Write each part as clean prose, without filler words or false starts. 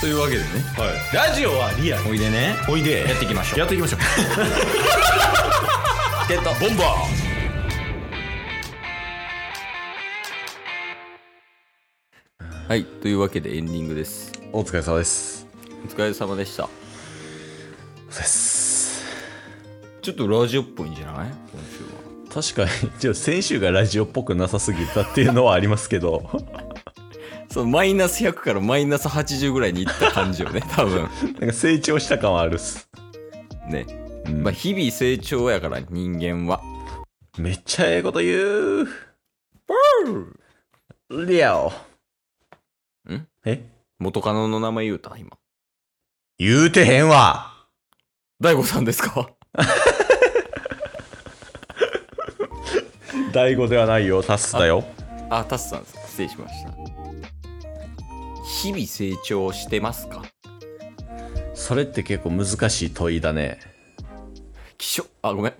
というわけでね、 はい、ラジオはリアル。 おいでね、 おいでやっていきましょう。 やっていきましょうゲットボンバー。はい、というわけでエンディングです。 ー。お疲れ様です。 お疲れ様でした。 そうです。 ちょっとラジオっぽいんじゃない？今週は。 確かに先週がラジオっぽくなさすぎたっていうのはありますけどそのマイナス100からマイナス80ぐらいにいった感じよね、多分。 なんか成長した感はあるっすね、 うんまあ日々成長やから人間は。 めっちゃええこと言う。リアオん？ え？ 元カノの名前言うた今。 言うてへんわ。 大悟さんですか？ 大悟ではないよ、タスだよ。 あ、タスさんです。失礼しました。日々成長してますか？ それって結構難しい問いだね。 あ、ごめん。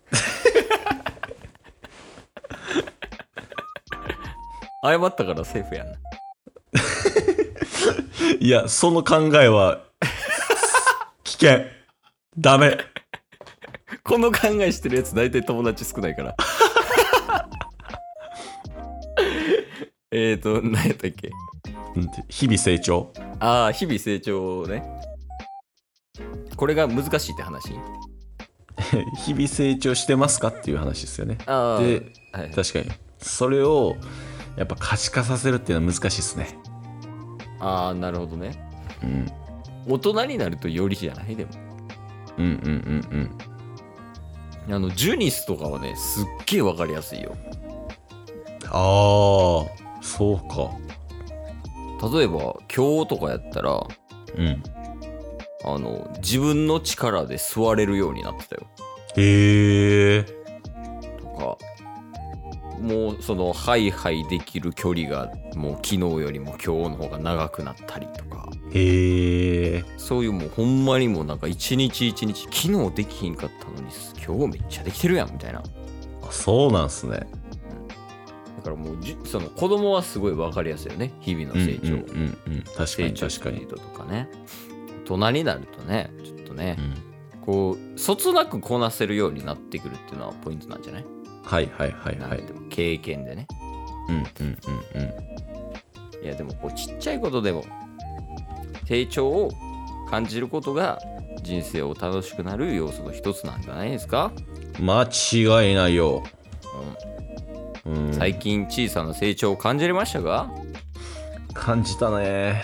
謝ったからセーフやんな。 いや、その考えは危険。ダメ。 この考えしてるやつ大体友達少ないから。何やったっけ？ 日々成長。 ああ、日々成長ね。これが難しいって話？ 日々成長してますかっていう話ですよね。 ああ、 で、はい、確かにそれをやっぱ可視化させるっていうのは難しいですね。 ああ、なるほどね。 うん。 大人になるとよりじゃない？でも。ジュニスとかはね、すっげえわかりやすいよ。 ああ、そうか。 例えば今日とかやったら、自分の力で座れるようになってたよ。 へえ。 とか、もうそのハイハイできる距離がもう昨日よりも今日の方が長くなったりとか。 へえ。 そういうもうほんまにもうなんか一日一日昨日できひんかったのに今日めっちゃできてるやんみたいな。 あ、そうなんすね。 だからもうその子供はすごい分かりやすいよね、日々の成長。 確かに成長スピードとかね。大人になるとね、ちょっとね、こうそつなくこなせるようになってくるっていうのはポイントなんじゃない？ はい。 でも経験でね。いやでもこうちっちゃいことでも成長を感じることが人生を楽しくなる要素の一つなんじゃないですか？ 間違いないよ。 最近小さな成長を感じれましたか？ 感じたね。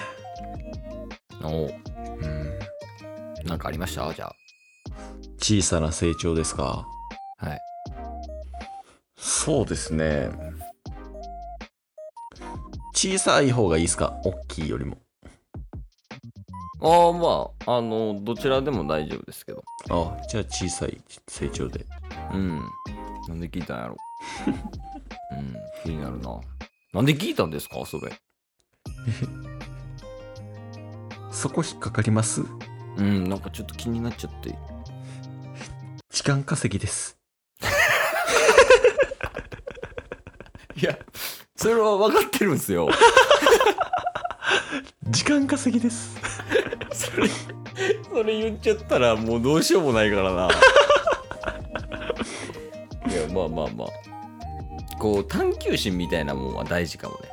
なんかありました？じゃあ小さな成長ですか？ はい。 そうですね。小さい方がいいですか？大きいよりも。 まあどちらでも大丈夫ですけど。 あ、じゃあ小さい成長で。 なんで聞いたんやろ。気になるな。なんで聞いたんですかそれ。 そこ引っかかります？ なんかちょっと気になっちゃって。 時間稼ぎです。 いや、それは分かってるんすよ。 時間稼ぎです。 それ言っちゃったらもうどうしようもないからな。いや、まあこう探求心みたいなもんは大事かもね。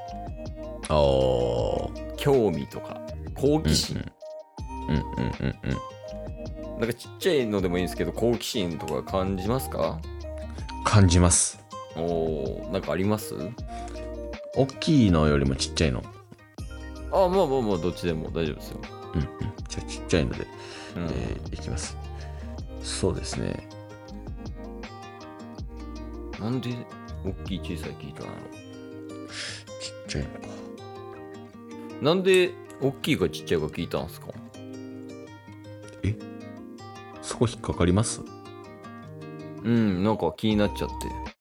興味とか好奇心。なんかちっちゃいのでもいいんですけど、好奇心とか感じますか？ 感じます。 なんかあります？ 大きいのよりもちっちゃいの。 まあどっちでも大丈夫ですよ。 じゃあちっちゃいので、いきます。そうですね。 なんで大きい小さい聞いたの？ ちっちゃいのか。 なんで大きいかちっちゃいか聞いたんすか？ そこ引っかかります？ なんか気になっちゃって。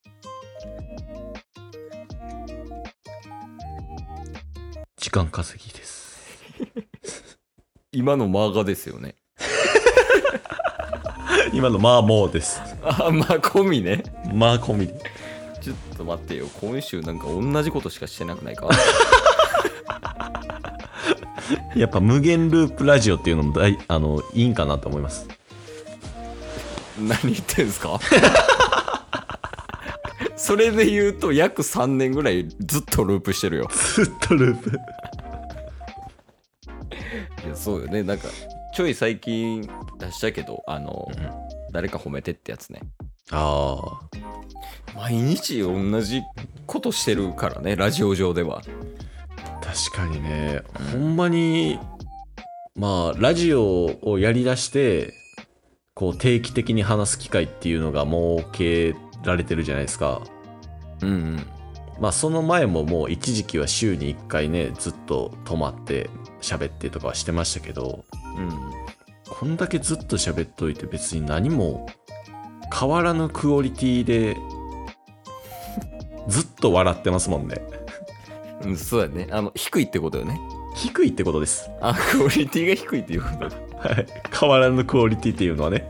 時間稼ぎです。 今のマーガですよね。 今のまあもうです。 まあ込みね。 まあ込み。 ちょっと待ってよ、今週なんか同じことしかしてなくないか？ やっぱ無限ループラジオっていうのもいいんかなと思います。 何言ってんすか？それで言うと約3年ぐらいずっとループしてるよ。 ずっとループ。 いやそうよね。なんかちょい最近出したけど誰か褒めてってやつね。 ああ。 毎日同じことしてるからね、ラジオ上では。 確かにね、ほんまにまあラジオをやりだしてこう定期的に話す機会っていうのが設けられてるじゃないですか。 うんうん。 まあその前ももう一時期は週に1回ねずっと泊まって喋ってとかはしてましたけど、 うん、 こんだけずっと喋っといて別に何も変わらぬクオリティでずっと笑ってますもんね。 うん、そうだね。低いってことよね。 低いってことです。 クオリティが低いっていうことだ。 はい。変わらぬクオリティっていうのはね。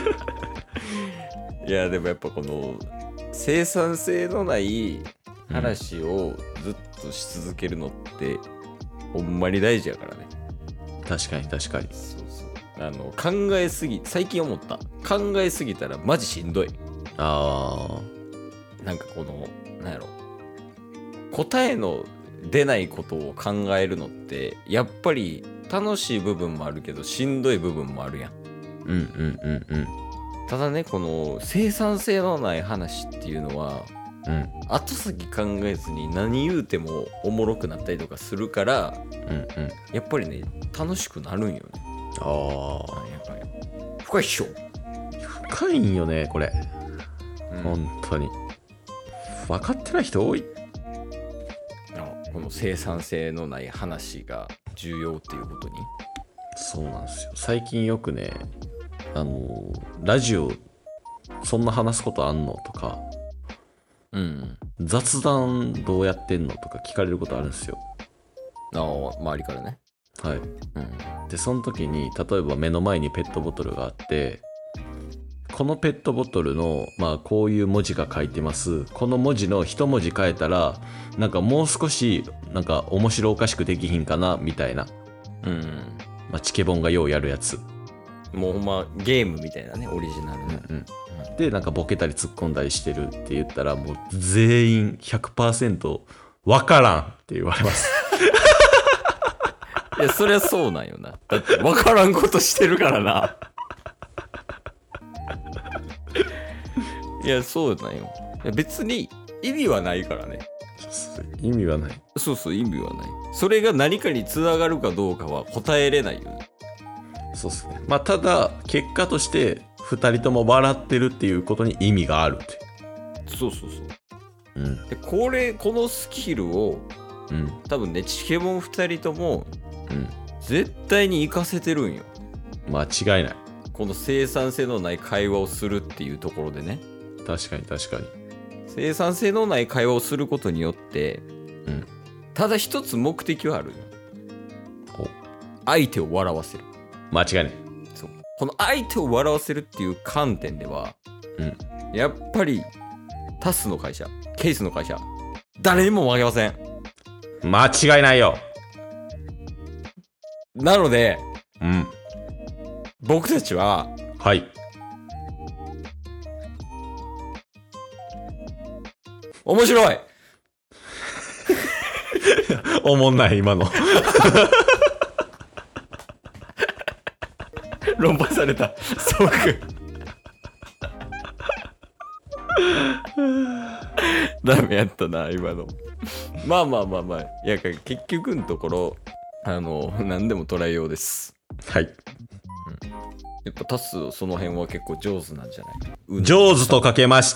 いやでもやっぱこの生産性のない話をずっとし続けるのって、ほんまに大事やからね。 確かに確かに。 そうそう。考えすぎ、最近思った。考えすぎたらマジしんどい。 あなんかこの、なんやろ。答えの出ないことを考えるのって、やっぱり楽しい部分もあるけど、しんどい部分もあるやん。 うんうんうんうん。 ただね、この生産性のない話っていうのは、 うん、 後先考えずに何言うてもおもろくなったりとかするから、 うんうん、 やっぱりね楽しくなるんよね。 ああ、 やっぱり深いっしょ。 深いんよねこれ、 うん、 本当に分かってない人多い。 この生産性のない話が重要っていうことに。 そうなんですよ。最近よくねラジオそんな話すことあんのとか、 うん、 雑談どうやってんのとか聞かれることあるんですよ。 周りからね。 はい、うん、でその時に例えば目の前にペットボトルがあって、このペットボトルのまあこういう文字が書いてます、この文字の一文字変えたらなんかもう少しなんか面白おかしくできひんかなみたいな、 うん、 まあチケボンがようやるやつ、 もうほんまゲームみたいなね、オリジナルの、 うんうん、でなんかボケたり突っ込んだりしてるって言ったらもう全員 100% わからんって言われます。 いやそりゃそうなんよな。だってわからんことしてるからな。いやそうなんよ。いや別に意味はないからね。 意味はない。 そうそう、意味はない。それが何かにつながるかどうかは答えれないよね。 そうっすね。まあただ結果として2人とも笑ってるっていうことに意味があるって。 そうそうそう。 うん。 でこのスキルを、 うん、 多分ねチケボン2人とも、 うん、 絶対に活かせてるんよ。 間違いない。 この生産性のない会話をするっていうところでね。 確かに確かに。 生産性のない会話をすることによって、 うん、 ただ一つ目的はあるよ。相手を笑わせる。 間違いない。 そう。この相手を笑わせるっていう観点では、 うん、 やっぱりタスの会社、ケースの会社、誰にも負けません。 間違いないよ。 なので、 うん、 僕たちは、 はい。 面白い。 おもんない今の。 論破された。そうく。ダメやったな今の。まあまあまあまあ、いや結局のところ何でも捉えようです。 はい。 やっぱタスその辺は結構上手なんじゃない？ 上手とかけまして、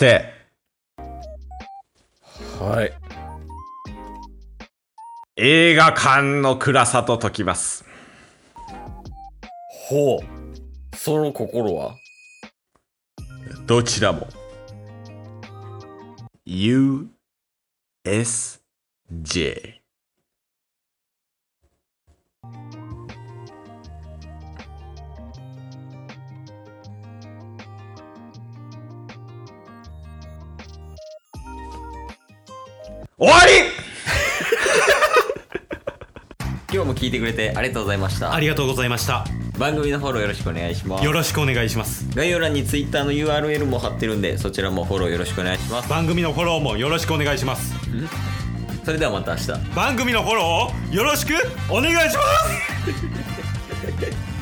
はい。 映画館の暗さと解きます。 ほう。その心は？ どちらも USJ。終わり。 今日も聞いてくれてありがとうございました。 ありがとうございました。 番組のフォローよろしくお願いします。 よろしくお願いします。 概要欄に Twitter の URL も貼ってるんで、そちらもフォローよろしくお願いします。 番組のフォローもよろしくお願いします。 それではまた明日。 番組のフォローをよろしくお願いします